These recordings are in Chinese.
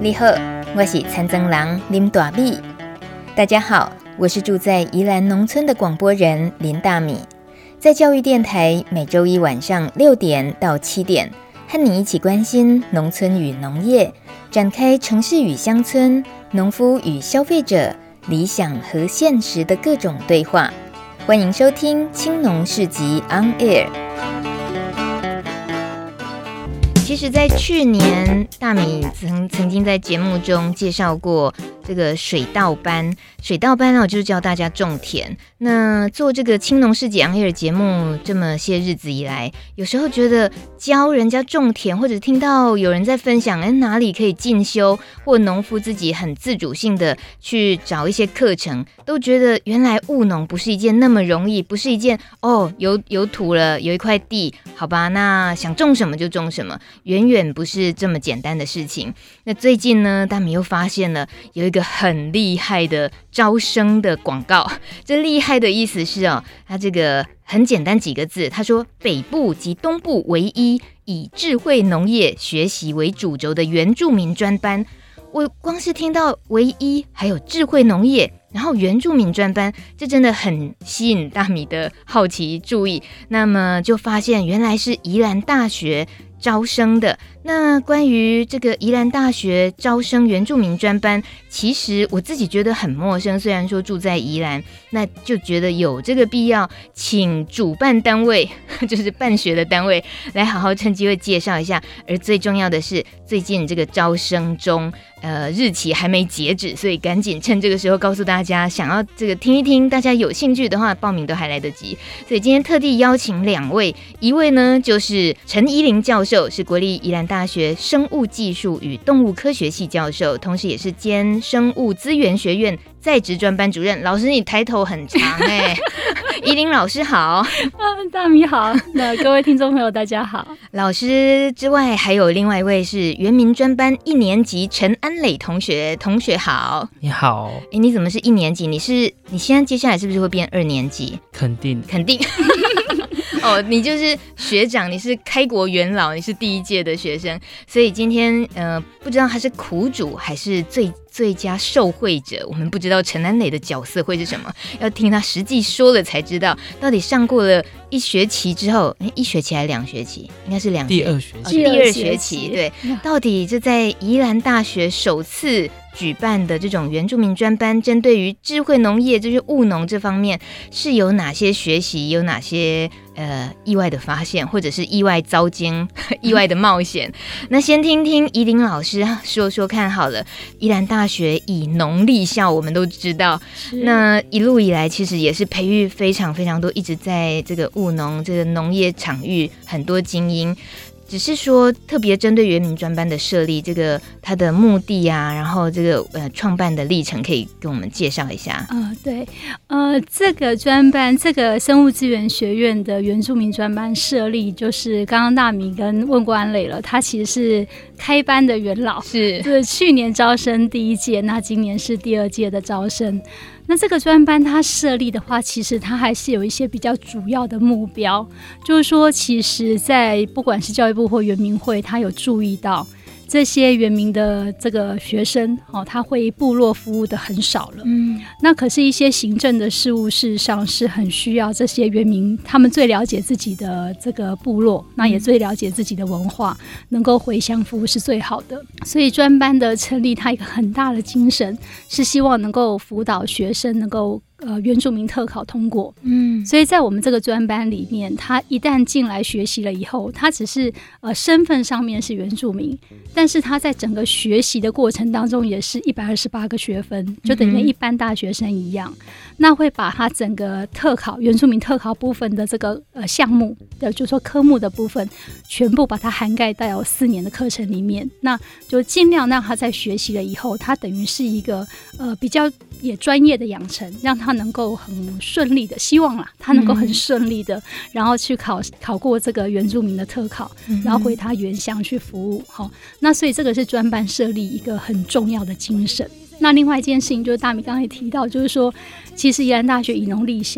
你好，我是参政人林大米。大家好，我是住在宜兰农村的广播人林大米，在教育电台每周一晚上6点到7点，和你一起关心农村与农业，展开城市与乡村、农夫与消费者、理想和现实的各种对话。欢迎收听青农市集 On Air。其实在去年大米曾经在节目中介绍过这个水稻班就是教大家种田。那做这个青农市集 On Air 节目这么些日子以来，有时候觉得教人家种田，或者听到有人在分享哪里可以进修，或农夫自己很自主性的去找一些课程，都觉得原来务农不是一件那么容易，不是一件有土了，有一块地，好吧，那想种什么就种什么，远远不是这么简单的事情。那最近呢，大米又发现了有一个很厉害的招生的广告。这厉害的意思是它这个很简单几个字，他说北部及东部唯一以智慧农业学习为主轴的原住民专班。我光是听到唯一还有智慧农业，然后原住民专班，这真的很吸引大米的好奇注意。那么就发现原来是宜兰大学招生的。那关于这个宜兰大学招生原住民专班，其实我自己觉得很陌生，虽然说住在宜兰，那就觉得有这个必要请主办单位就是办学的单位来好好趁机会介绍一下。而最重要的是最近这个招生中日期还没截止，所以赶紧趁这个时候告诉大家，想要这个听一听，大家有兴趣的话报名都还来得及。所以今天特地邀请2位，一位呢就是陈依林教授，是国立宜兰大学生物技术与动物科学系教授，同时也是兼生物资源学院在职专班主任。老师你抬头很长依林老师好。 大米好，那各位听众朋友大家好。 老师之外还有另外一位是原民专班1年级陈安磊同学，同学好。 你好。 你怎么是1年级？你现在接下来是不是会变2年级？ 肯定你就是学长，你是开国元老，你是第1届的学生，所以今天不知道他是苦主还是最佳受惠者，我们不知道陈安磊的角色会是什么，要听他实际说了才知道。到底上过了1学期之后，1学期还是2学期？应该是2学期。第2学期，对。到底这在宜兰大学首次举办的这种原住民专班，针对于智慧农业，就是务农这方面，是有哪些学习，有哪些意外的发现，或者是意外遭惊、意外的冒险？那先听听宜林老师说说看好了。宜兰大学以农立校，我们都知道，那一路以来其实也是培育非常非常多，一直在这个务农这个农业场域很多精英。只是说特别针对原民专班的设立，这个它的目的啊，然后这个创办的历程，可以跟我们介绍一下。 对，这个专班，这个生物资源学院的原住民专班设立，就是刚刚大米跟问过安磊了，他其实是开班的元老，是去年招生第1届，那今年是第2届的招生。那这个专班它设立的话，其实它还是有一些比较主要的目标，就是说其实在不管是教育部或原民会，它有注意到这些原民的这个学生他会部落服务的很少了。那可是一些行政的事务，事实上是很需要这些原民，他们最了解自己的这个部落，那也最了解自己的文化，能够回乡服务是最好的。所以专班的成立，它一个很大的精神是希望能够辅导学生能够原住民特考通过。所以在我们这个专班里面，他一旦进来学习了以后，他只是身份上面是原住民，但是他在整个学习的过程当中也是128个学分，就等于跟一般大学生一样。那会把他整个特考原住民特考部分的这个项目的，就是说科目的部分，全部把它涵盖到4年的课程里面。那就尽量让他在学习了以后，他等于是一个比较也专业的养成，让他能够很顺利的，希望啦，他能够很顺利的，然后去考过这个原住民的特考，然后回他原乡去服务。那所以这个是专班设立一个很重要的精神。那另外一件事情就是大米刚才也提到，就是说其实宜兰大学以农立校，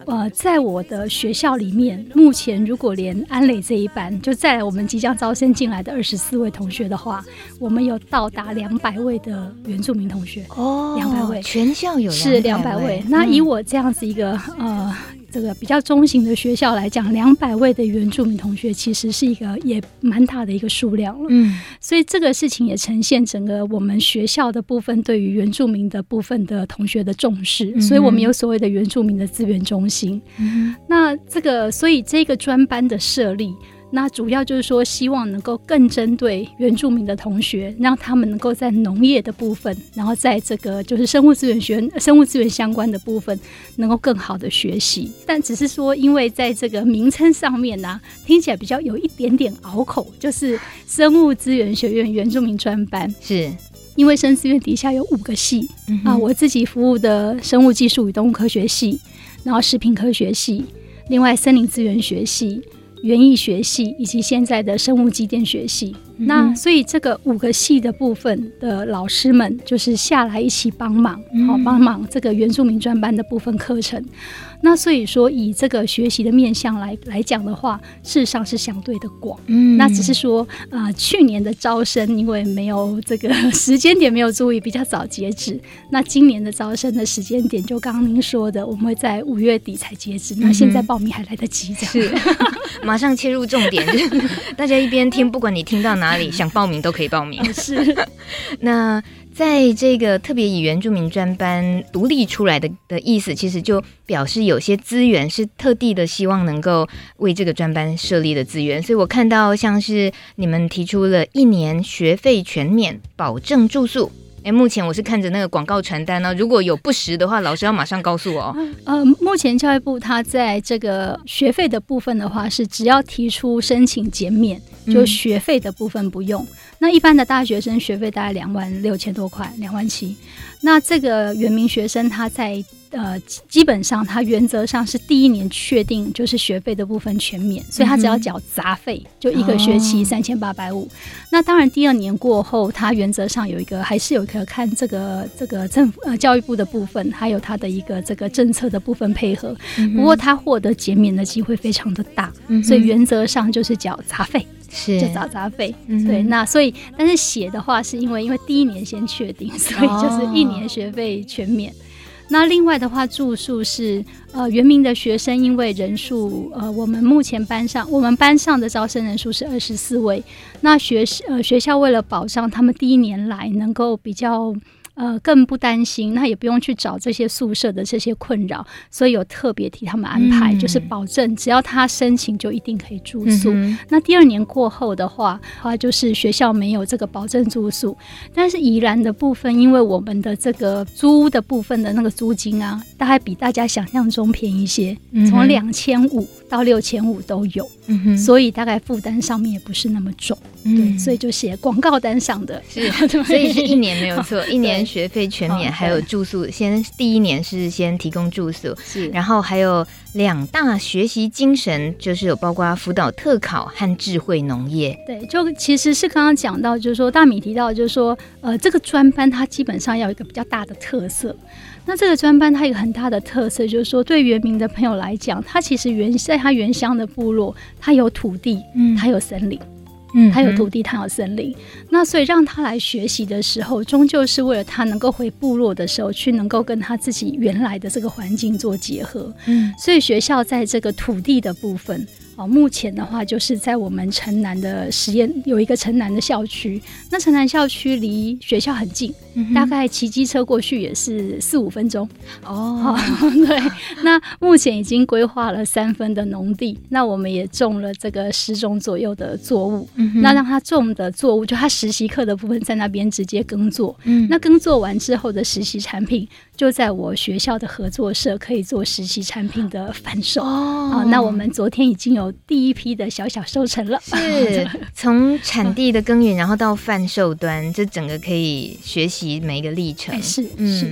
在我的学校里面，目前如果连安磊这一班，就再来我们即将招生进来的24位同学的话，我们有到达200位的原住民同学。200位， 全校有是200位。那以我这样子一个这个比较中型的学校来讲，200位的原住民同学其实是一个也蛮大的一个数量了。所以这个事情也呈现整个我们学校的部分对于原住民的部分的同学的重视。所以我们有所谓的原住民的资源中心。那所以这个专班的设立，那主要就是说希望能够更针对原住民的同学，让他们能够在农业的部分，然后在这个就是生物资源相关的部分能够更好的学习。但只是说因为在这个名称上面啊，听起来比较有一点点拗口，就是生物资源学院原住民专班， 是因为生资院底下有5个系我自己服务的生物技术与动物科学系，然后食品科学系，另外森林资源学系、园艺学系以及现在的生物机电学系。那所以这个5个系的部分的老师们就是下来一起帮忙，帮忙这个原住民专班的部分课程。那所以说以这个学习的面向来讲的话，事实上是相对的广。那只是说去年的招生因为没有这个时间点没有注意，比较早截止。那今年的招生的时间点就刚刚您说的，我们会在5月底才截止。那现在报名还来得及， 是马上切入重点，就是大家一边听，不管你听到哪里想报名都可以报名。 是那在这个特别以原住民专班独立出来的意思，其实就表示有些资源是特地的希望能够为这个专班设立的资源。所以我看到像是你们提出了1年学费全免，保证住宿。目前我是看着那个广告传单呢，如果有不实的话，老师要马上告诉我目前教育部它在这个学费的部分的话，是只要提出申请减免，就学费的部分不用。那一般的大学生学费大概26000多块，27000。那这个原民学生他在基本上他原则上是第1年确定就是学费的部分全免，所以他只要缴杂费，就1个学期3850。那当然第2年过后，他原则上还是有一个看这个政府教育部的部分，还有他的一个这个政策的部分配合。不过他获得减免的机会非常的大，所以原则上就是缴杂费。就找杂费，对，那所以但是写的话是因为第1年先确定，所以就是1年学费全免。那另外的话，住宿是原民的学生，因为人数我们目前我们班上的招生人数是24位。那学校为了保障他们第1年来能够比较更不担心，那也不用去找这些宿舍的这些困扰，所以有特别替他们安排，就是保证只要他申请就一定可以住宿。那第2年过后的话就是学校没有这个保证住宿。但是宜兰的部分，因为我们的这个租屋的部分的那个租金啊，大概比大家想象中便宜一些，从2500到6500都有，所以大概负担上面也不是那么重。对，所以就写广告单上的， 是，所以是1年没有错，1年学费全免，还有住宿。第1年是先提供住宿，然后还有2大学习精神，就是有包括辅导特考和智慧农业。 对，就其实是刚刚讲到，就是说大米提到，就是说这个专班它基本上要有一个比较大的特色。那这个专班它有一个很大的特色，就是说对原民的朋友来讲，它其实在它原乡的部落，它有土地，它有森林。他有土地，他有森林，那所以让他来学习的时候，终究是为了他能够回部落的时候，去能够跟他自己原来的这个环境做结合。所以学校在这个土地的部分，目前的话就是在我们城南的有一个城南的校区，那城南校区离学校很近，大概骑机车过去也是4-5分钟。对，那目前已经规划了3分的农地，那我们也种了这个10种左右的作物。那让他种的作物，就他实习课的部分在那边直接耕作。那耕作完之后的实习产品，就在我学校的合作社可以做实习产品的贩售。那我们昨天已经有第1批的小收成了， 是从产地的耕耘，然后到贩售端，这整个可以学习每一个历程。 是。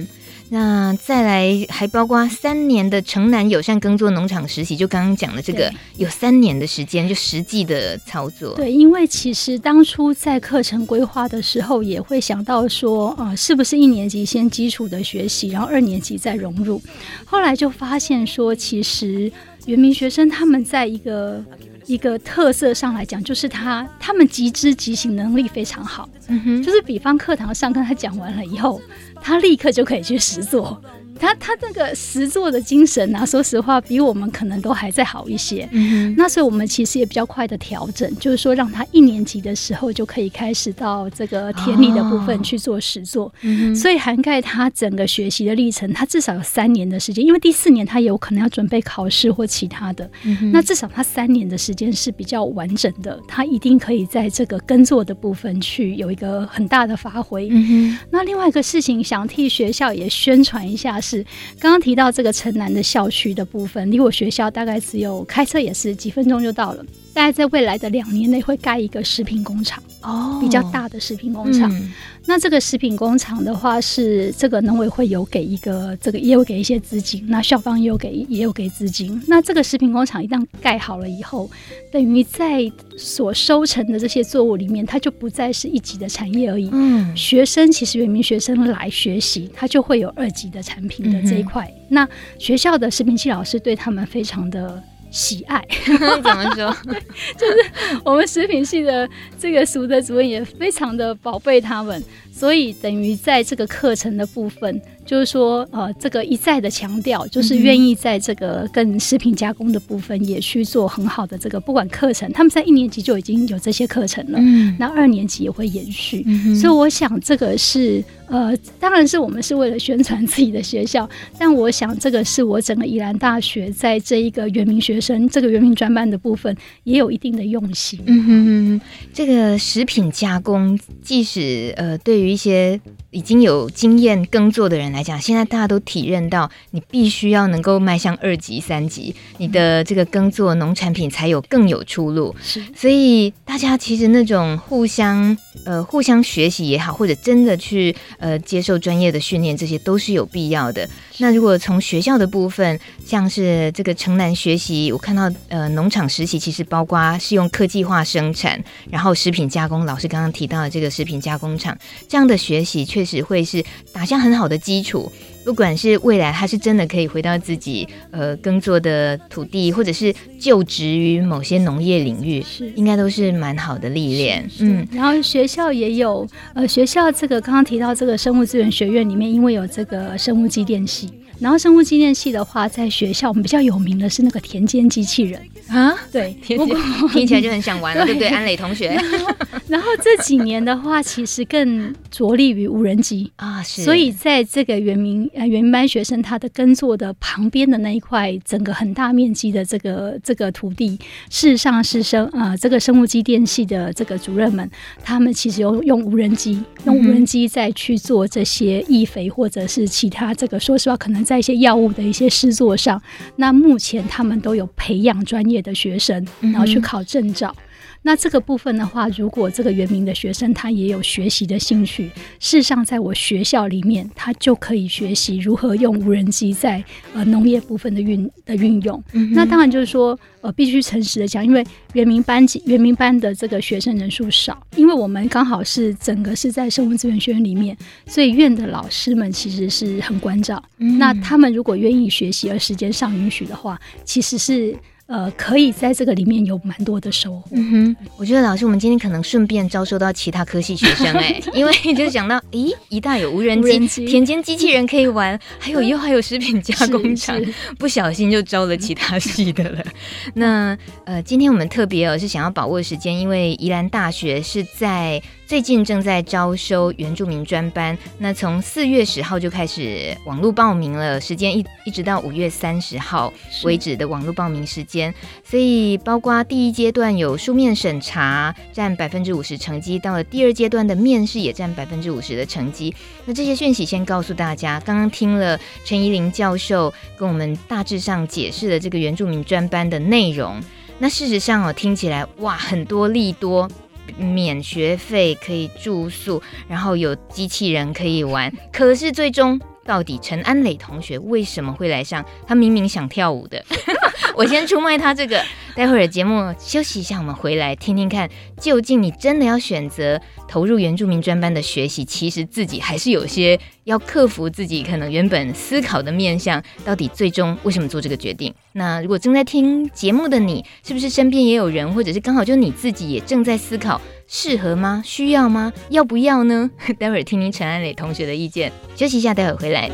那再来还包括3年的城南友善耕作农场实习，就刚刚讲的这个有3年的时间就实际的操作。 对，因为其实当初在课程规划的时候也会想到说是不是1年级先基础的学习，然后2年级再融入。后来就发现说其实原民学生他们在一个特色上来讲，就是他们即知即行能力非常好，就是比方课堂上跟他讲完了以后，他立刻就可以去实作。他那个实作的精神啊，说实话比我们可能都还再好一些。那所以我们其实也比较快的调整，就是说让他1年级的时候就可以开始到这个田里的部分去做实作。所以涵盖他整个学习的历程，他至少有3年的时间，因为第4年他也有可能要准备考试或其他的。那至少他3年的时间是比较完整的，他一定可以在这个耕作的部分去有一个很大的发挥。那另外一个事情想替学校也宣传一下，是刚刚提到这个城南的校区的部分，离我学校大概只有开车也是几分钟就到了，大概在未来的2年内会盖一个食品工厂，比较大的食品工厂。那这个食品工厂的话，是这个农委会有给一个这个也有给一些资金，那校方也有给资金。那这个食品工厂一旦盖好了以后，等于在所收成的这些作物里面，它就不再是1级的产业而已。学生其实原民学生来学习，他就会有2级的产品的这一块。那学校的食品系老师对他们非常的喜爱。 怎么说？ 就是我们食品系的这个淑德主任也非常的宝贝他们，所以等于在这个课程的部分，就是说这个一再的强调，就是愿意在这个跟食品加工的部分也去做很好的这个，不管课程，他们在1年级就已经有这些课程了，那2年级也会延续。所以我想这个是当然是我们是为了宣传自己的学校，但我想这个是我整个宜兰大学在这一个原民学生这个原民专班的部分也有一定的用心。 这个食品加工，即使对于一些已经有经验耕作的人来讲，现在大家都体认到，你必须要能够迈向2级、3级，你的这个耕作农产品才有更有出路。所以大家其实那种互相学习也好，或者真的去接受专业的训练，这些都是有必要的。那如果从学校的部分，像是这个城南学习，我看到农场实习其实包括是用科技化生产，然后食品加工，老师刚刚提到的这个食品加工厂，这样的学习确实会是打下很好的基础。不管是未来他是真的可以回到自己耕作的土地，或者是就职于某些农业领域，应该都是蛮好的历练。 然后学校也有学校这个刚刚提到这个生物资源学院里面，因为有这个生物机电系，然后生物机电系的话，在学校我们比较有名的是那个田间机器人啊， 对， 听起来就很想玩了，对不对？安磊同学。 然后这几年的话，其实更着力于无人机啊，是。所以在这个原民班学生他的耕作的旁边的那一块，整个很大面积的这个土地，事实上是这个生物机电系的这个主任们，他们其实用无人机再去做这些易肥或者是其他这个，说实话，可能在一些药物的一些施作上，那目前他们都有培养专业的学生，然后去考证照。那这个部分的话，如果这个原民的学生他也有学习的兴趣，事实上在我学校里面，他就可以学习如何用无人机在农业部分的运用。那当然就是说必须诚实的讲，因为原民班的这个学生人数少，因为我们刚好是整个是在生物资源学院里面，所以院的老师们其实是很关照。那他们如果愿意学习而时间上允许的话，其实是可以在这个里面有蛮多的收获。 我觉得老师，我们今天可能顺便招收到其他科系学生因为就想到，宜大有无人机，田间机器人可以玩，还有食品加工厂，不小心就招了其他系的了。那今天我们特别是想要把握时间，因为宜兰大学是在最近正在招收原住民专班，那从4月10号就开始网络报名了，时间一直到5月30号为止的网络报名时间，所以包括第1阶段有书面审查占50%成绩，到了第2阶段的面试也占50%的成绩。那这些讯息先告诉大家，刚刚听了陈怡玲教授跟我们大致上解释了这个原住民专班的内容，那事实上听起来哇，很多利多，免学费，可以住宿，然后有机器人可以玩，可是最终到底陈安磊同学为什么会来上？他明明想跳舞的。我先出卖他这个，待会儿节目休息一下，我们回来听听看，究竟你真的要选择投入原住民专班的学习，其实自己还是有些要克服自己可能原本思考的面向，到底最终为什么做这个决定？那如果正在听节目的你，是不是身边也有人，或者是刚好就你自己也正在思考，适合吗？需要吗？要不要呢？待会儿听听陈安磊同学的意见。休息一下，待会儿回来。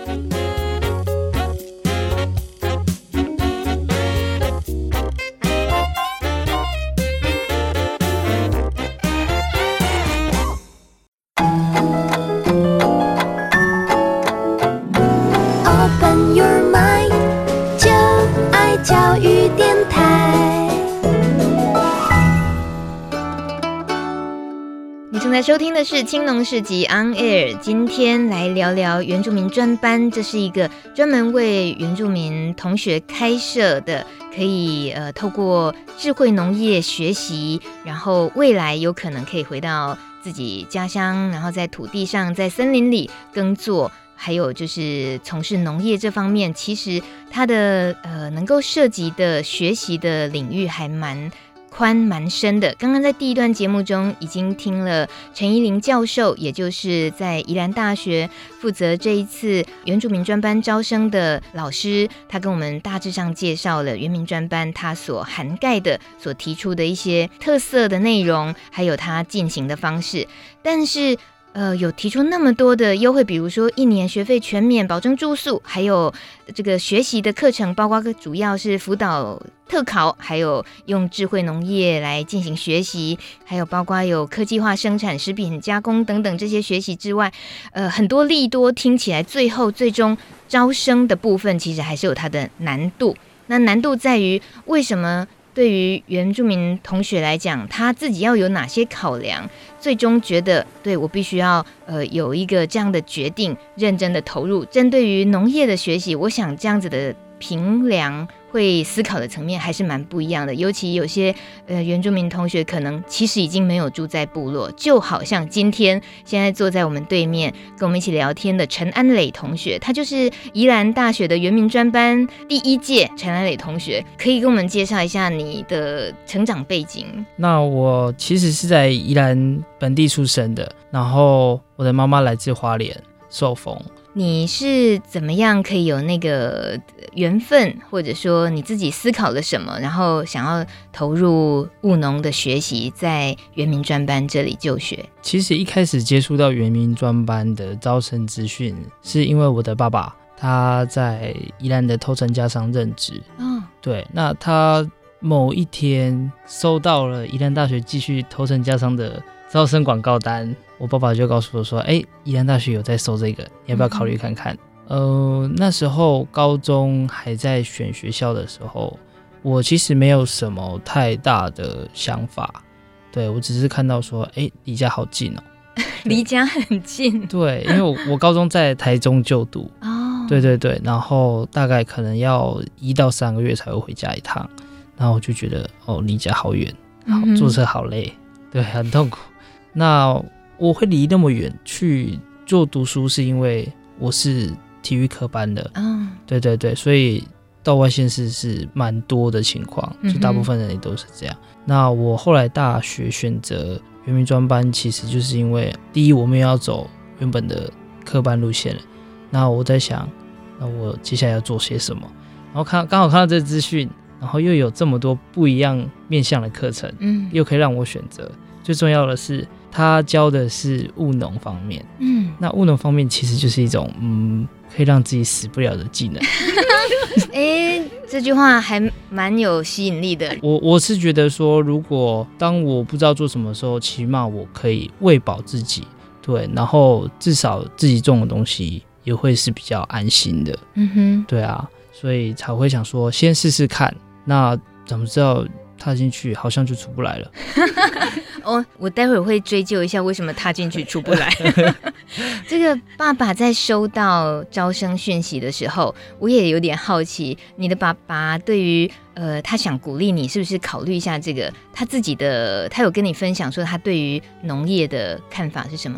教育电台， 你正在收听的是青农市集 On Air， 今天来聊聊原住民专班，这是一个专门为原住民同学开设的，可以透过智慧农业学习，然后未来有可能可以回到自己家乡，然后在土地上，在森林里耕作。还有就是从事农业这方面，其实它的能够涉及的学习的领域还蛮宽蛮深的。刚刚在第一段节目中已经听了陈怡玲教授，也就是在宜兰大学负责这一次原住民专班招生的老师，他跟我们大致上介绍了原民专班他所涵盖的、所提出的一些特色的内容，还有他进行的方式。但是有提出那么多的优惠，比如说1年学费全免，保证住宿，还有这个学习的课程，包括主要是辅导特考，还有用智慧农业来进行学习，还有包括有科技化生产、食品加工等等这些学习之外，很多利多，听起来最终招生的部分其实还是有它的难度。那难度在于为什么？对于原住民同学来讲，他自己要有哪些考量，最终觉得对我必须要有一个这样的决定，认真的投入。针对于农业的学习，我想这样子的评量会思考的层面还是蛮不一样的。尤其有些原住民同学可能其实已经没有住在部落，就好像现在坐在我们对面跟我们一起聊天的陈安磊同学，他就是宜兰大学的原民专班第1届陈安磊同学，可以跟我们介绍一下你的成长背景？ 那我其实是在宜兰本地出生的，然后我的妈妈来自花莲寿丰。 你是怎么样可以有那个缘分，或者说你自己思考了什么，然后想要投入务农的学习，在原民专班这里就学？ 其实一开始接触到原民专班的招生资讯，是因为我的爸爸他在宜兰的头城家商任职。对，那他某一天收到了宜兰大学继续头城家商的招生广告单，我爸爸就告诉我说，宜兰大学有在收这个，你要不要考虑看看？那时候高中还在选学校的时候，我其实没有什么太大的想法，对，我只是看到说离家好近哦。 离家很近。 对，因为我高中在台中就读。对对对，然后大概可能要1到3个月才会回家一趟，然后我就觉得离家好远，坐车好累，对，很痛苦。那我会离那么远去做读书，是因为我是体育科班的。对对对，所以到外县市是蛮多的情况，就大部分人也都是这样。那我后来大学选择原民专班，其实就是因为第一，我们要走原本的科班路线了，那我在想，那我接下来要做些什么？然后刚好看到这资讯，然后又有这么多不一样面向的课程，又可以让我选择。最重要的是，他教的是务农方面，那务农方面其实就是一种可以让自己死不了的技能。 这句话还蛮有吸引力的。 我是觉得说，如果当我不知道做什么的时候，起码我可以喂饱自己，对，然后至少自己种的东西也会是比较安心的。对啊，所以才会想说先试试看。那怎么知道踏进去好像就出不来了？ 我待会儿会追究一下为什么踏进去出不来。这个爸爸在收到招生讯息的时候，我也有点好奇，你的爸爸对于他想鼓励你，是不是考虑一下这个他自己的，他有跟你分享说他对于农业的看法是什么吗？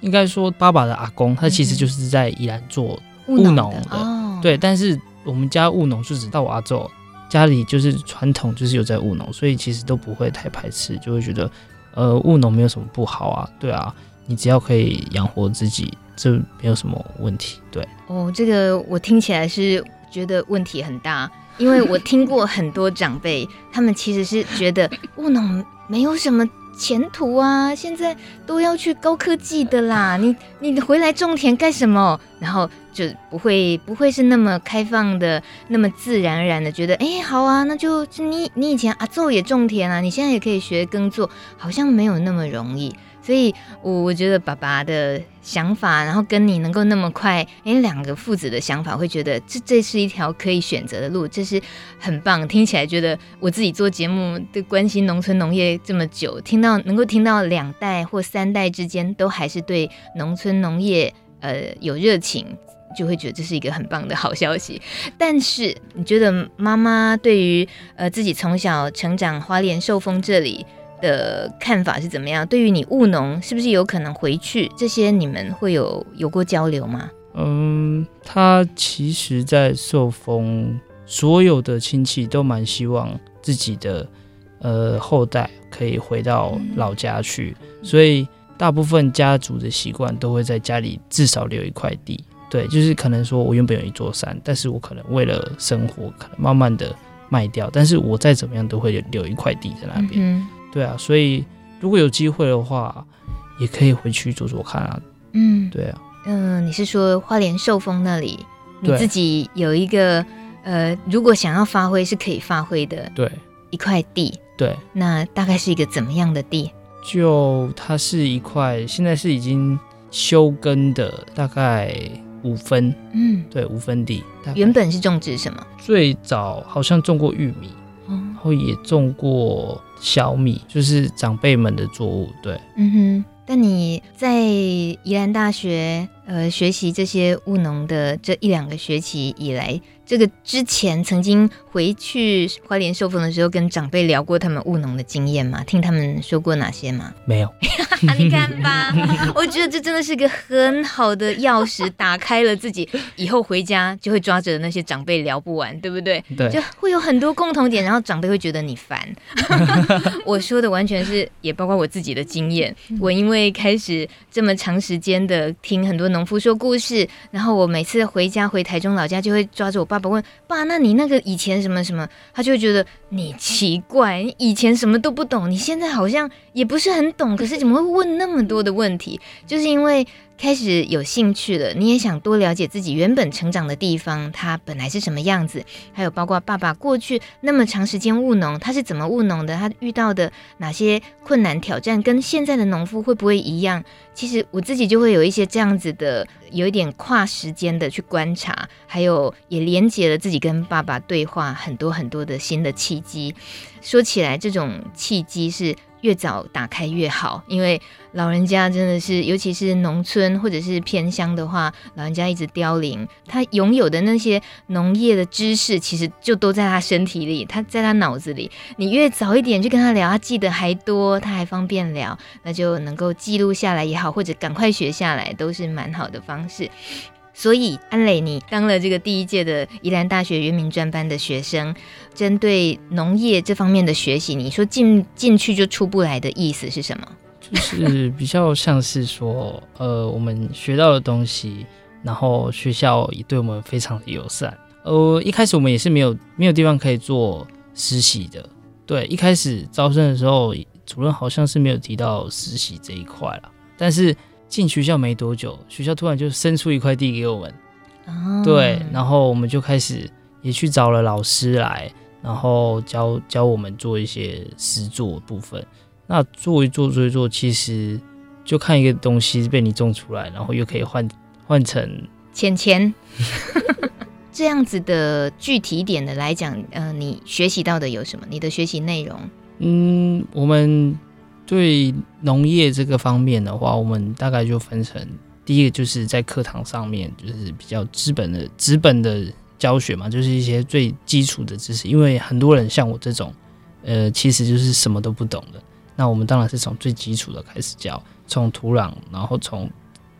应该说爸爸的阿公，他其实就是在宜兰做务农的，对。但是我们家务农就只到我阿祖家里，就是传统就是有在务农，所以其实都不会太排斥，就会觉得务农没有什么不好啊，对啊，你只要可以养活自己，这没有什么问题，对。 这个我听起来是觉得问题很大，因为我听过很多长辈，他们其实是觉得务农没有什么前途啊，现在都要去高科技的啦，你回来种田干什么？然后就不会是那么开放的，那么自然而然的觉得，好啊，那就你以前阿祖也种田啊，你现在也可以学耕作，好像没有那么容易。所以我觉得爸爸的想法，然后跟你能够那么快，两个父子的想法，会觉得这是一条可以选择的路，这是很棒。听起来觉得我自己做节目的关心农村农业这么久，能够听到2代或3代之间都还是对农村农业有热情，就会觉得这是一个很棒的好消息。但是你觉得妈妈对于自己从小成长花莲寿丰这里的看法是怎么样？对于你务农是不是有可能回去？这些你们会有过交流吗？ 他其实在寿丰所有的亲戚都蛮希望自己的后代可以回到老家去，所以大部分家族的习惯都会在家里至少留一块地。对，就是可能说我原本有一座山，但是我可能为了生活可能慢慢的卖掉，但是我再怎么样都会留一块地在那边。对啊，所以如果有机会的话，也可以回去做做看啊。对啊。 你是说花莲寿丰那里，你自己有一个如果想要发挥是可以发挥的，对，一块地。 对， 那大概是一个怎么样的地？ 就它是一块，现在是已经休耕的，大概5分。对，5分地。 原本是种植什么？ 最早好像种过玉米。然后也种过小米，就是长辈们的作物。对， 但你在宜兰大学学习这些务农的这1-2个学期以来，这个之前曾经回去花莲寿丰的时候跟长辈聊过他们务农的经验吗？听他们说过哪些吗？ 没有。 你看吧，我觉得这真的是个很好的钥匙，打开了自己以后回家就会抓着那些长辈聊不完，对不对？ 对， 就会有很多共同点，然后长辈会觉得你烦。我说的完全是也包括我自己的经验，我因为开始这么长时间的听很多农夫说故事，然后我每次回台中老家就会抓着我爸爸问，爸，那你那个以前什么什么，他就会觉得你奇怪，你以前什么都不懂，你现在好像也不是很懂，可是怎么会问那么多的问题？就是因为开始有兴趣了，你也想多了解自己原本成长的地方，它本来是什么样子，还有包括爸爸过去那么长时间务农，他是怎么务农的，他遇到的哪些困难挑战跟现在的农夫会不会一样。其实我自己就会有一些这样子的有一点跨时间的去观察，还有也连接了自己跟爸爸对话很多很多的新的契机。说起来这种契机是越早打开越好，因为老人家真的是，尤其是农村或者是偏乡的话，老人家一直凋零，他拥有的那些农业的知识其实就都在他身体里，他在他脑子里，你越早一点去跟他聊，他记得还多，他还方便聊，那就能够记录下来也好，或者赶快学下来，都是蛮好的方式。所以安磊，你当了这个第1届的宜兰大学原民专班的学生，针对农业这方面的学习，你说进去就出不来的意思是什么？ 就是比较像是说我们学到的东西，然后学校也对我们非常的友善。一开始我们也是没有地方可以做实习的。对，一开始招生的时候，主任好像是没有提到实习这一块啦，但是进学校没多久，学校突然就伸出一块地给我们。对，然后我们就开始也去找了老师来，然后教我们做一些实作的部分。那做一做，其实就看一个东西被你种出来，然后又可以换成钱。 这样子的具体一点的来讲，你学习到的有什么？你的学习内容？ 我们对农业这个方面的话，我们大概就分成第一个就是在课堂上面就是比较纸本的教学嘛，就是一些最基础的知识，因为很多人像我这种其实就是什么都不懂的，那我们当然是从最基础的开始教，从土壤，然后从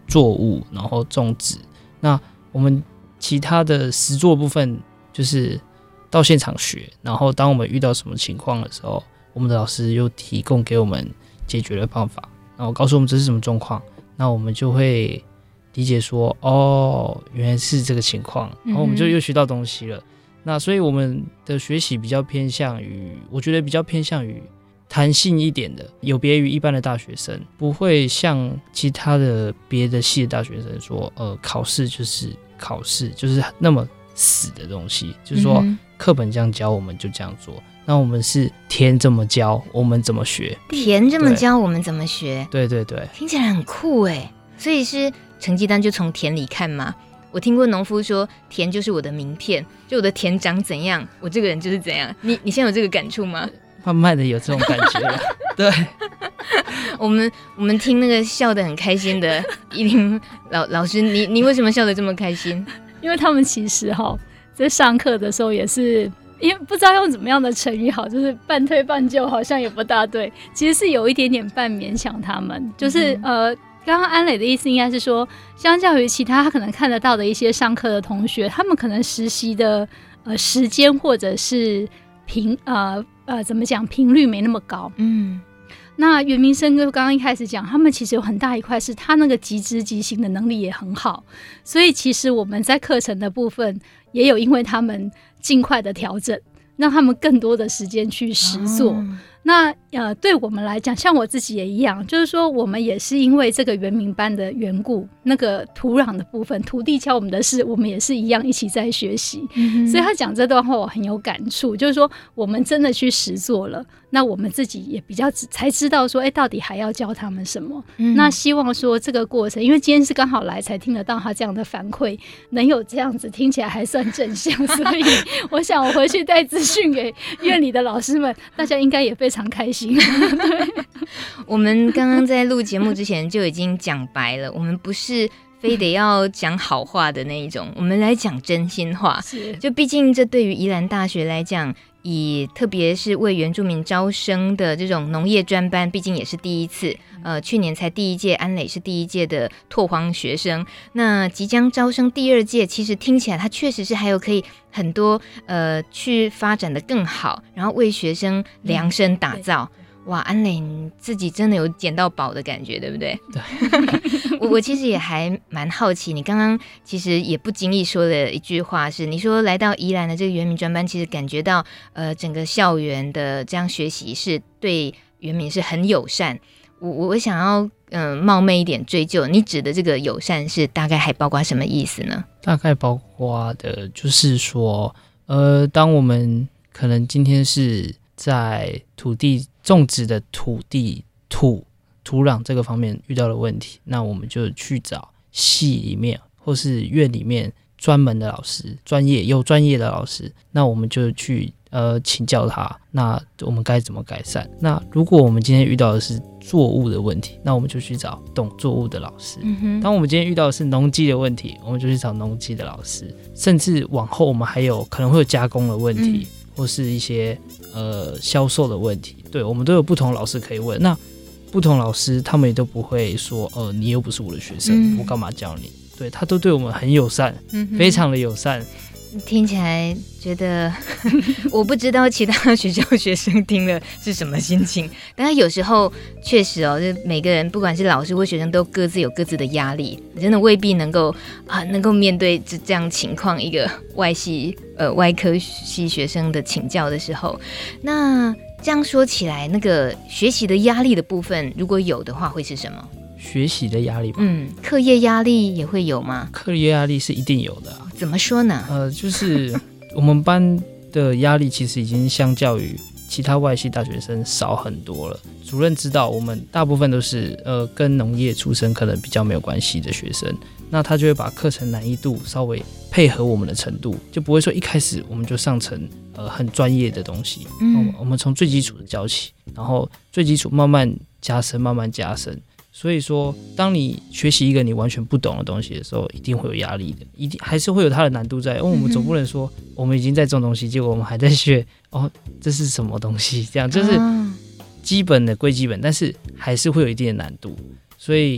作物，然后种植。那我们其他的实作部分就是到现场学，然后当我们遇到什么情况的时候，我们的老师又提供给我们解决的方法，然后告诉我们这是什么状况，那我们就会理解说，哦，原来是这个情况，然后我们就又学到东西了。那所以我们的学习比较偏向于，我觉得比较偏向于弹性一点的，有别于一般的大学生，不会像其他的别的系的大学生说，考试就是考试，就是那么死的东西，就是说课本这样教我们就这样做。那我们是田这么教，我们怎么学？ 田这么教，我们怎么学？ 对对对， 听起来很酷哎。所以是成绩单就从田里看吗？我听过农夫说，田就是我的名片，就我的田长怎样，我这个人就是怎样。你现在有这个感触吗？ 慢慢的有这种感觉了。对， 我们听那个笑得很开心的依林老师，你为什么笑得这么开心？ 因为他们其实在上课的时候也是，因为不知道用怎么样的成语好，就是半推半就，好像也不大对。其实是有一点点半勉强他们，就是刚刚安磊的意思应该是说，相较于其他他可能看得到的一些上课的同学，他们可能实习的时间或者是怎么讲频率没那么高。那袁明生哥刚刚一开始讲，他们其实有很大一块是他那个即知即行的能力也很好，所以其实我们在课程的部分也有因为他们尽快的调整，让他们更多的时间去实作。那对我们来讲，像我自己也一样，就是说我们也是因为这个原民班的缘故，那个土壤的部分，土地教我们的事，我们也是一样一起在学习。所以他讲这段话我很有感触，就是说我们真的去实作了，那我们自己也比较才知道说，到底还要教他们什么。那希望说这个过程，因为今天是刚好来才听得到他这样的反馈，能有这样子听起来还算正向，所以我想我回去带资讯给院里的老师们，大家应该也非常开心。对， 我们刚刚在录节目之前就已经讲白了，我们不是非得要讲好话的那一种，我们来讲真心话。就毕竟这对于宜兰大学来讲，特别是为原住民招生的这种农业专班，毕竟也是第一次。去年才第一届，安磊是第一届的拓荒学生，那即将招生第二届，其实听起来他确实是还有可以很多去发展的更好，然后为学生量身打造。哇，安磊你自己真的有捡到宝的感觉，对不对？对。我其实也还蛮好奇，你刚刚其实也不经意说了一句话，是你说来到宜兰的这个原民专班，其实感觉到整个校园的这样学习是对原民是很友善。我想要冒昧一点追究，你指的这个友善是大概还包括什么意思呢？大概包括的就是说，当我们可能今天是在土地种植的土壤这个方面遇到了问题，那我们就去找系里面或是院里面专门的老师，专业的老师，那我们就去请教他，那我们该怎么改善。那如果我们今天遇到的是作物的问题，那我们就去找懂作物的老师。当我们今天遇到的是农机的问题，我们就去找农机的老师。甚至往后我们还有可能会有加工的问题，或是一些销售的问题，对，我们都有不同老师可以问。那不同老师他们也都不会说你又不是我的学生，我干嘛教你。对，他都对我们很友善，非常的友善。听起来觉得我不知道其他学校学生听了是什么心情，但是有时候确实就每个人不管是老师或学生都各自有各自的压力，真的未必能够面对这样情况，一个外科系学生的请教的时候。那这样说起来，那个学习的压力的部分如果有的话会是什么？学习的压力吧，课业压力也会有吗？课业压力是一定有的啊。怎么说呢？就是我们班的压力其实已经相较于其他外系大学生少很多了。主任知道我们大部分都是跟农业出身可能比较没有关系的学生，那他就会把课程难易度稍微配合我们的程度，就不会说一开始我们就上成很专业的东西。我们从最基础的教起，然后最基础慢慢加深，慢慢加深。所以说当你学习一个你完全不懂的东西的时候，一定会有压力的，一定还是会有它的难度在。因为我们总不能说我们已经在种东西，结果我们还在学这是什么东西，这样就是基本的归基本，但是还是会有一定的难度。所以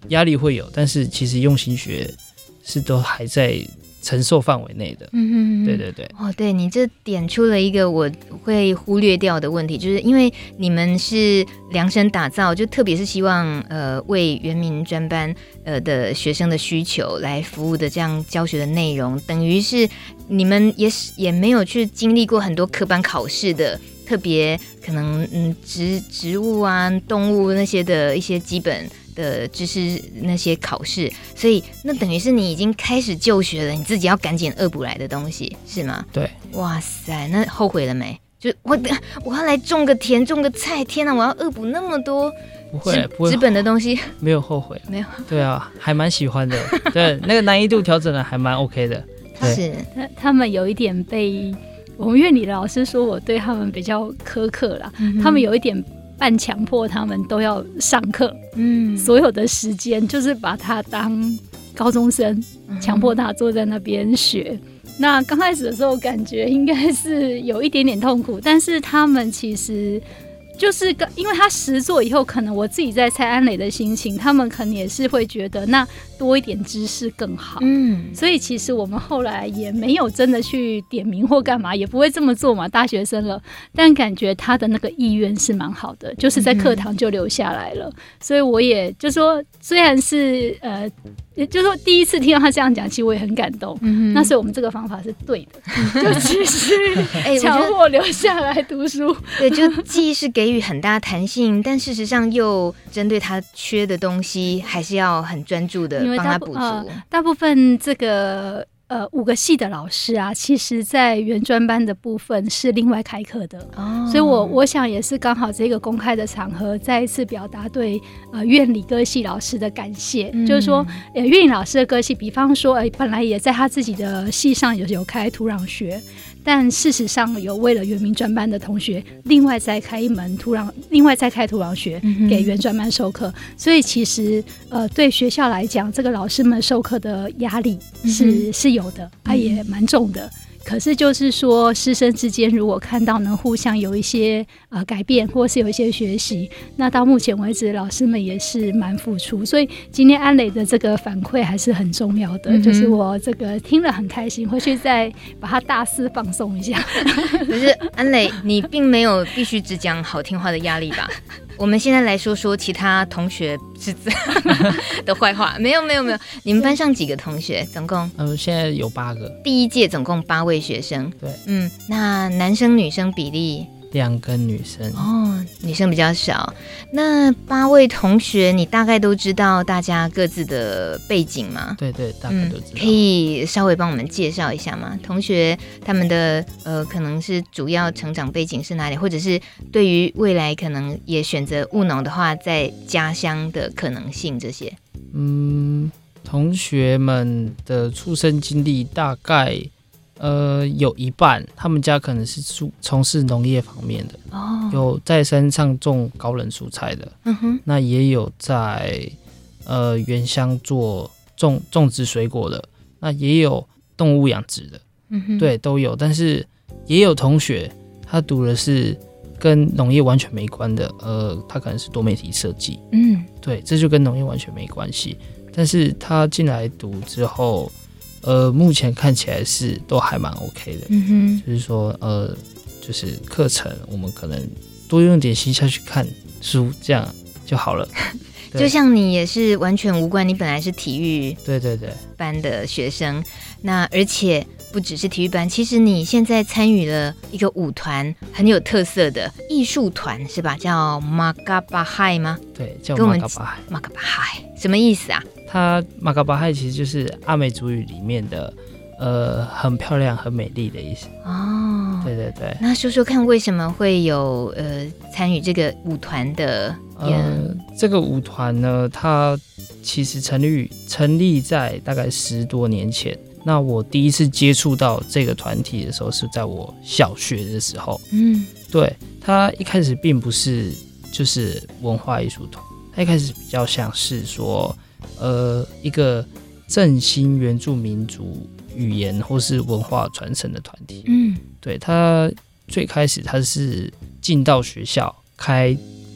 压力会有，但是其实用心学是都还在承受范围内的。对对对。 对，你这点出了一个我会忽略掉的问题，就是因为你们是量身打造，就特别是希望为原民专班的学生的需求来服务的这样教学的内容，等于是你们也没有去经历过很多科班考试的，特别可能植物啊、动物那些的一些基本的知识那些考试，所以那等于是你已经开始就学了，你自己要赶紧恶补来的东西是吗？ 对。 哇塞，那后悔了没？就我要来种个田种个菜，天哪，我要恶补那么多不会纸本的东西， 没有后悔， 没有。 对啊，还蛮喜欢的。对，那个难易度调整的还蛮 OK 的。 是他们有一点被我们院里的老师说我对他们比较苛刻啦，他们有一点半强迫他们都要上课，所有的时间就是把他当高中生，强迫他坐在那边学。那刚开始的时候感觉应该是有一点点痛苦，但是他们其实就是因为他实作以后，可能我自己在猜安磊的心情，他们可能也是会觉得那多一点知识更好。所以其实我们后来也没有真的去点名或干嘛，也不会这么做嘛，大学生了。但感觉他的那个意愿是蛮好的，就是在课堂就留下来了。所以我也就说，虽然是也就是说第一次听到他这样讲，其实我也很感动。那所以我们这个方法是对的，就其实强迫留下来读书。 对，就既是给予很大弹性，但事实上又针对他缺的东西，还是要很专注的帮他补足。 大部分这个5个系的老师啊，其实在原专班的部分是另外开课的。所以我想也是刚好这个公开的场合，再一次表达对院里歌系老师的感谢。就是说院里老师的歌系，比方说本来也在他自己的系上有开土壤学，但事实上有为了原民专班的同学另外再开土壤学给原专班授课。所以其实对学校来讲，这个老师们授课的压力是有的，也蛮重的。可是就是说师生之间如果看到能互相有一些改变，或是有一些学习，那到目前为止老师们也是蛮付出。所以今天安磊的这个反馈还是很重要的，就是我这个听了很开心，回去再把它大肆放送一下。 可是安磊，你并没有必须只讲好听话的压力吧？我们现在来说说其他同学的坏话。没有，你们班上几个同学？总共现在有8个。 第一届总共8位学生。 对。 那男生女生比例 ？2个女生。 女生比较少。那8位同学，你大概都知道大家各自的背景吗？ 对，大概都知道。 可以稍微帮我们介绍一下吗？同学他们的可能是主要成长背景是哪里，或者是对于未来可能也选择务农的话，在家乡的可能性这些。 同学们的出生经历大概有一半，他们家可能是从事农业方面的，有在山上种高冷蔬菜的，那也有在原乡做种植水果的，那也有动物养殖的，对，都有。但是也有同学他读的是跟农业完全没关的，他可能是多媒体设计，对，这就跟农业完全没关系。但是他进来读之后，目前看起来是都还蛮 OK 的，就是说就是课程我们可能多用点心下去看书，这样就好了。 就像你也是完全无关，你本来是体育班的学生，那而且不只是体育班，其实你现在参与了一个舞团，很有特色的艺术团是吧？叫马嘎巴嗨吗？ 对，叫马嘎巴嗨。 马嘎巴嗨什么意思啊？ 它马嘎巴嗨其实就是阿美族语里面的很漂亮很美丽的意思。对。 那说说看为什么会有参与这个舞团的这个舞团呢，它其实成立在大概10多年前。那我第一次接触到这个团体的时候是在我小学的时候。对，它一开始并不是就是文化艺术团，它一开始比较像是说一个振兴原住民族语言或是文化传承的团体。对，它最开始它是进到学校开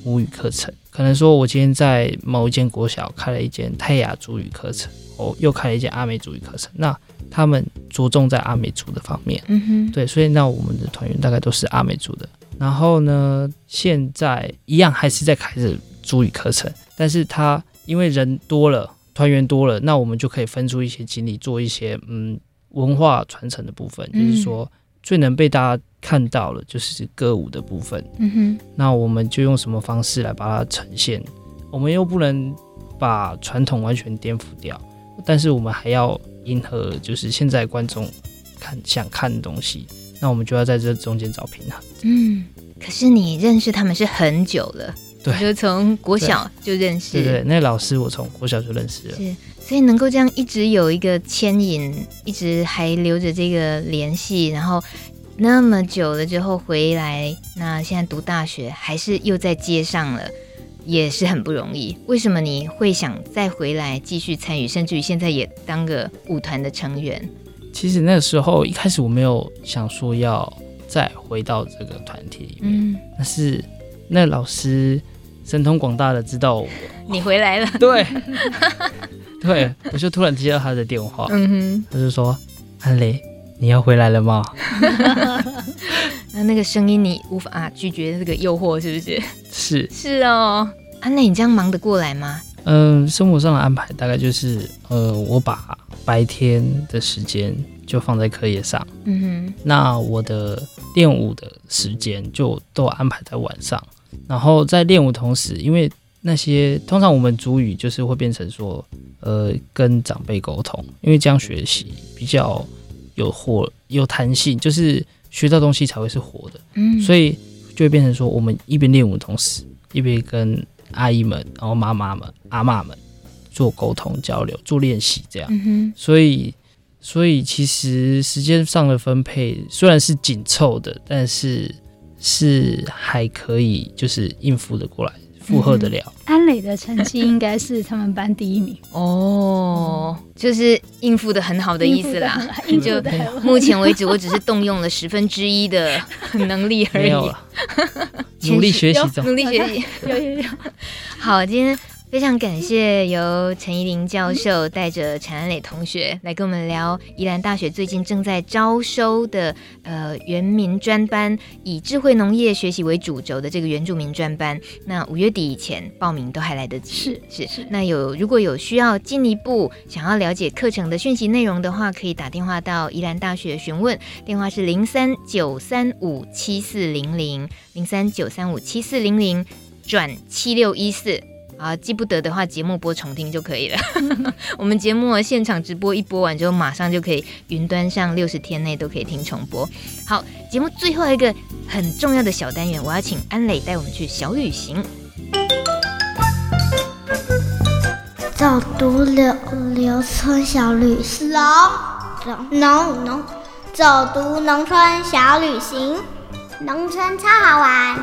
母语课程，可能说我今天在某一间国小开了一间泰雅族语课程，又开了一间阿美族语课程，那他们着重在阿美族的方面，对，所以那我们的团员大概都是阿美族的。然后呢，现在一样还是在开着族语课程，但是他因为人多了，团员多了，那我们就可以分出一些精力做一些文化传承的部分，就是说最能被大家看到了就是歌舞的部分。那我们就用什么方式来把它呈现？我们又不能把传统完全颠覆掉，但是我们还要迎合就是现在观众想看的东西，那我们就要在这中间找平衡。 可是你认识他们是很久了， 对， 就从国小就认识， 对，那老师我从国小就认识了， 是，所以能够这样一直有一个牵引，一直还留着这个联系，然后那么久了之后回来，那现在读大学还是又在接上了，也是很不容易。为什么你会想再回来继续参与，甚至于现在也当个舞团的成员？ 其实那个时候一开始我没有想说要再回到这个团体里面，但是那老师神通广大的知道你回来了， 对对，我就突然接到他的电话，他就说：“安磊，你要回来了吗？” 那个声音你无法拒绝这个诱惑，是不是？是哦。安磊，你这样忙得过来吗？ 生活上的安排大概就是我把白天的时间就放在课业上，那我的练舞的时间就都安排在晚上，然后在练舞同时，因为那些通常我们族语就是会变成说跟长辈沟通，因为这样学习比较有弹性，就是学到东西才会是活的，所以就会变成说我们一边练舞的同时一边跟阿姨们然后妈妈们阿嬷们做沟通交流做练习这样，所以其实时间上的分配虽然是紧凑的，但是还可以就是应付得过来，负荷得了。 安磊的成绩应该是他们班第1名哦，就是应付得很好的意思啦。就目前为止，我只是动用了1/10的能力而已。 没有了，努力学习中， 努力学习。 有。 好，今天非常感谢由陈怡玲教授带着陈安磊同学来跟我们聊宜兰大学最近正在招收的原民专班，以智慧农业学习为主轴的这个原住民专班。那5月底以前报名都还来得及。是。那如果有需要进一步想要了解课程的讯息内容的话，可以打电话到宜兰大学询问，电话是03-935-7400 03-935-7400转7614。记不得的话，节目播重听就可以了。我们节目现场直播一播完之后，马上就可以云端上60天内都可以听重播。好，节目最后一个很重要的小单元，我要请安磊带我们去小旅行。 走读留村小旅行，农走读农村小旅行，农村超好玩。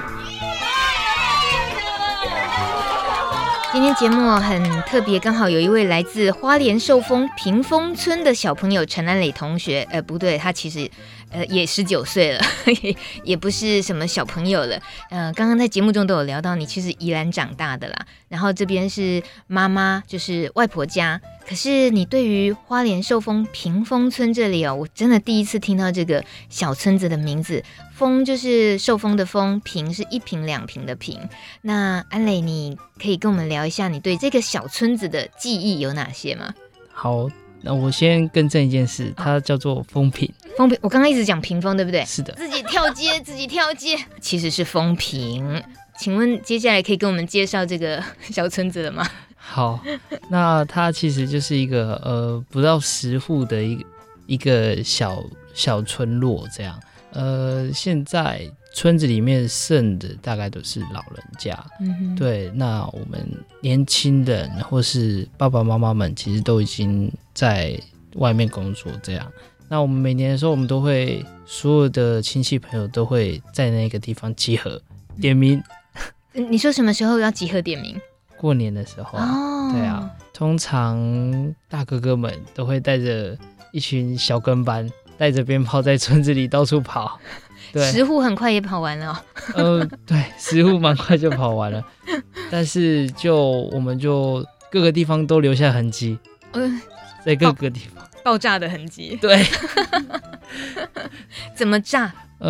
今天节目很特别，刚好有一位来自花莲寿丰屏风村的小朋友陈安磊同学，不对，他其实也19岁了，也不是什么小朋友了。刚刚在节目中都有聊到，你其实宜兰长大的啦，然后这边是妈妈，就是外婆家。可是你对于花莲寿丰屏风村这里我真的第一次听到这个小村子的名字。丰就是寿丰的丰，屏是1坪2坪的坪。那安磊，你可以跟我们聊一下你对这个小村子的记忆有哪些吗？ 好，那我先更正一件事，它叫做丰屏。 丰屏，我刚刚一直讲屏风，对不对？ 是的， 自己跳接，其实是丰屏。请问接下来可以跟我们介绍这个小村子了吗？ 好，那它其实就是一个不到10户的一个小村落这样。现在村子里面剩的大概都是老人家，对，那我们年轻人或是爸爸妈妈们其实都已经在外面工作这样。那我们每年的时候，我们都会所有的亲戚朋友都会在那个地方集合点名。 你说什么时候要集合点名？ 过年的时候对啊，通常大哥哥们都会带着一群小跟班，带着鞭炮在村子里到处跑。 对 10户很快也跑完了哦。 对，10户蛮快就跑完了，但是我们就各个地方都留下痕迹，在各个地方爆炸的痕迹。 对， 怎么炸？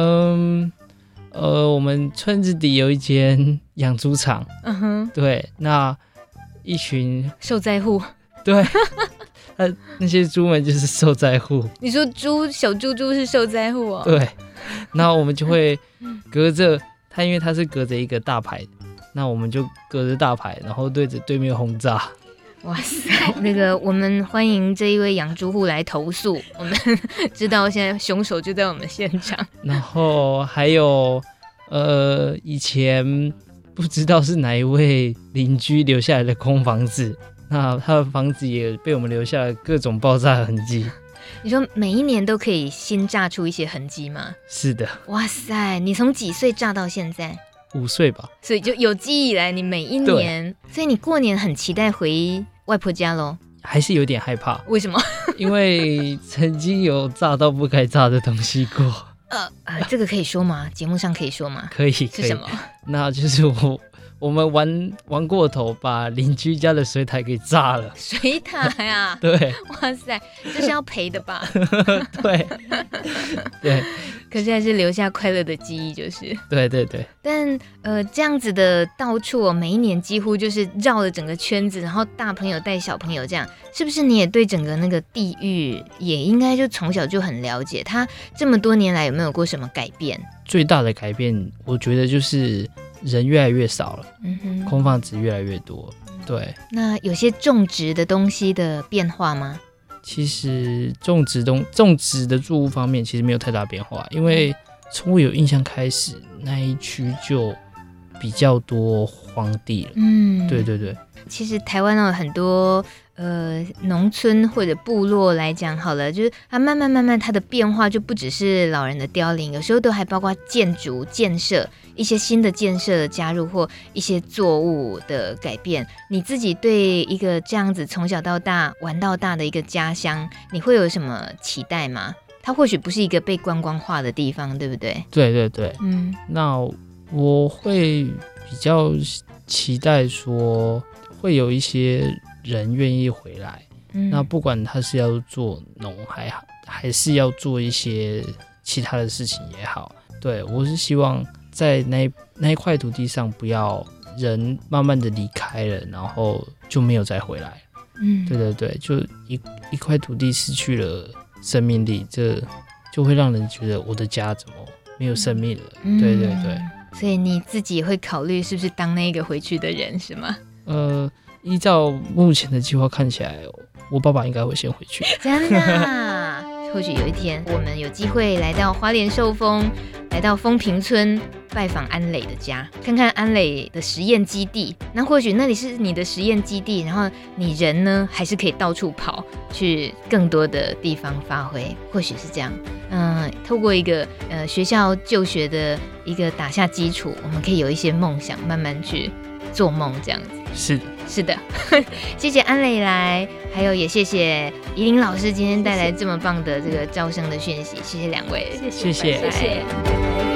我们村子底有一间养猪场，对，那一群受灾户， 对，那些猪们就是受灾户。 你说小猪是受灾户哦？ 对，那我们就会隔着它，因为它是隔着一个大牌，那我们就隔着大牌，然后对着对面轰炸。 哇塞，我们欢迎这一位养猪户来投诉，我们知道现在凶手就在我们现场。 然后还有以前不知道是哪一位邻居留下来的空房子，那他的房子也被我们留下了各种爆炸痕迹。 你说每一年都可以新炸出一些痕迹吗？ 是的。 哇塞，你从几岁炸到现在 ？5岁吧。 所以就有记忆以来，你每一年，所以你过年很期待回外婆家咯？ 还是有点害怕。 为什么？因为曾经有炸到不该炸的东西过。 这个可以说吗？节目上可以说吗？ 可以。 是什么？ 那就是我们玩过头，把邻居家的水塔给炸了。 水塔呀？ 对。 哇塞，这是要赔的吧？ 对。对。 可是还是留下快乐的记忆，就是。 对对对。 但这样子的到处每一年几乎就是绕了整个圈子，然后大朋友带小朋友这样，是不是你也对整个那个地域也应该就从小就很了解？他这么多年来有没有过什么改变？ 最大的改变，我觉得就是人越来越少了，空房子越来越多。对。那有些种植的东西的变化吗？ 其实种植的作物方面其实没有太大变化，因为从我有印象开始，那一区就比较多荒地了。对对对。 其实台湾有很多农村或者部落来讲好了，就是它慢慢它的变化就不只是老人的凋零，有时候都还包括建筑建设，一些新的建设的加入或一些作物的改变。你自己对一个这样子从小到大玩到大的一个家乡，你会有什么期待吗？它或许不是一个被观光化的地方，对不对？ 对对对。那我会比较期待说会有一些人愿意回来，那不管他是要做农还是要做一些其他的事情也好，对，我是希望在那一块土地上不要人慢慢的离开了，然后就没有再回来。对对对，就一块土地失去了生命力，这就会让人觉得我的家怎么没有生命了。对对对。 所以你自己会考虑是不是当那个回去的人是吗？ 依照目前的计划看起来，我爸爸应该会先回去。 真的啊？或许有一天我们有机会来到花莲寿丰，来到丰平村拜访安磊的家，看看安磊的实验基地。那或许那里是你的实验基地，然后你人呢还是可以到处跑，去更多的地方发挥，或许是这样。透过一个学校就学的一个打下基础，我们可以有一些梦想，慢慢去做梦，这样子。是的谢谢安磊来，还有也谢谢怡琳老师今天带来这么棒的这个招生的讯息，谢谢两位。 谢谢。